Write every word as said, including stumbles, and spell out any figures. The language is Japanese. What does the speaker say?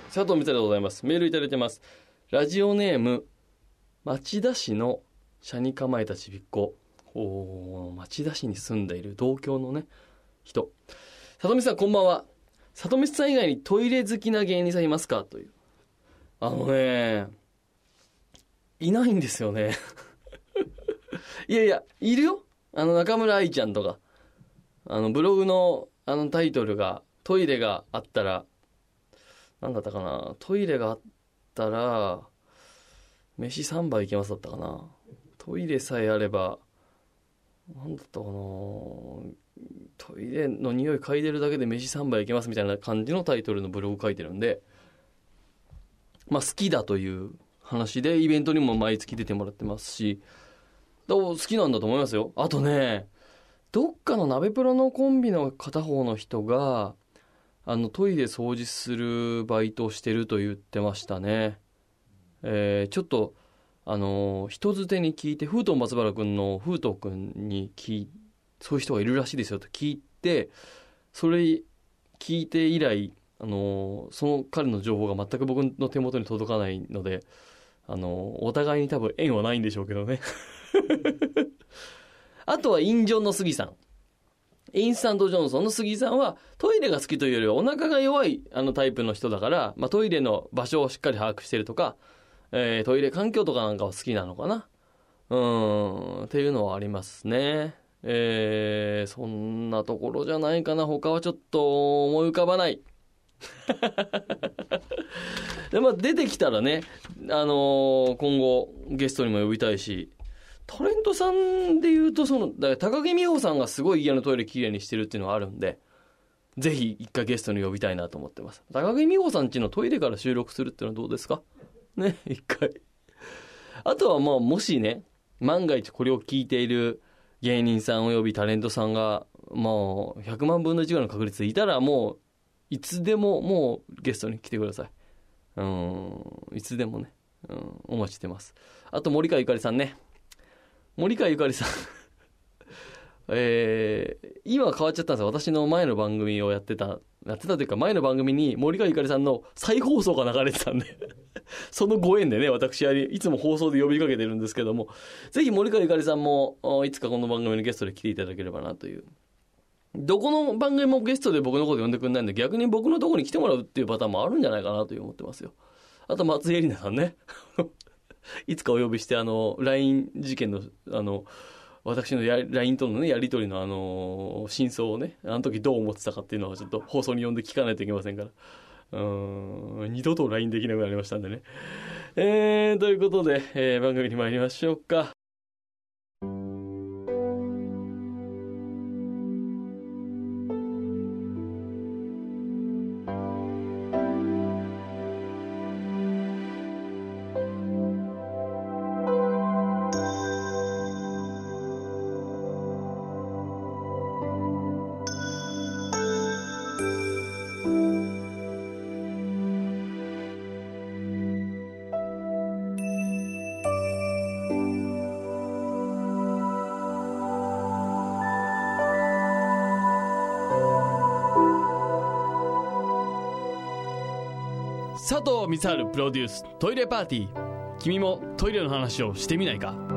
佐藤光でございます。メールいただいてます。ラジオネーム町田市の車に構えたちびっこ。お町田市に住んでいる同郷のね人。里見さんこんばんは。里見さん以外にトイレ好きな芸人さんいますかという。あのねいないんですよねいやいやいるよ。あの中村愛ちゃんとか、あのブログのあのタイトルがトイレがあったらなんだったかな、トイレがあったら飯さんばいいけますだったかな。トイレさえあればなんだったかな、トイレの匂い嗅いでるだけで飯さんばいいけますみたいな感じのタイトルのブログ書いてるんで、まあ好きだという話でイベントにも毎月出てもらってますし、だから好きなんだと思いますよ。あとね、どっかの鍋プロのコンビの片方の人があのトイレ掃除するバイトをしてると言ってましたね。えー、ちょっとあのー、人づてに聞いて、風東松原くんの風東くんに聞いそういう人がいるらしいですよと聞いて、それ聞いて以来、あのー、その彼の情報が全く僕の手元に届かないので、あのー、お互いに多分縁はないんでしょうけどねあとはインジョンの杉さん、インスタントジョンソンの杉さんはトイレが好きというよりはお腹が弱いあのタイプの人だから、まあ、トイレの場所をしっかり把握してるとか、えー、トイレ環境とかなんかは好きなのかな、うーんっていうのはありますね。えー、そんなところじゃないかな。他はちょっと思い浮かばないで、まあ、出てきたらね、あのー、今後ゲストにも呼びたいし、タレントさんでいうとそのだから高木美帆さんがすごい家のトイレきれいにしてるっていうのはあるんで、ぜひ一回ゲストに呼びたいなと思ってます。高木美帆さん家のトイレから収録するっていうのはどうですかね、一回。あとはまあもしね、万が一これを聞いている芸人さんおよびタレントさんがもうひゃくまんぶんのいちぐらいの確率でいたら、もういつでももうゲストに来てください。うーん、いつでもね、うん、お待ちしてます。あと森川ゆかりさんね、森川ゆかりさんえー、今は変わっちゃったんですよ。私の前の番組をやってたやってたというか前の番組に森川ゆかりさんの再放送が流れてたんでそのご縁でね、私はいつも放送で呼びかけてるんですけども、ぜひ森川ゆかりさんもいつかこの番組のゲストで来ていただければなという。どこの番組もゲストで僕のこと呼んでくれないんで、逆に僕のところに来てもらうっていうパターンもあるんじゃないかなと思ってますよ。あと松井絵里奈さんねいつかお呼びして、あの ライン 事件のあの私のや ライン とのねやり取りのあの真相をね、あの時どう思ってたかっていうのはちょっと放送に呼んで聞かないといけませんから、うーん二度と ライン できなくなりましたんでね。えー、ということで、えー、番組に参りましょうか。佐藤光晴プロデューストイレパーティー。君もトイレの話をしてみないか。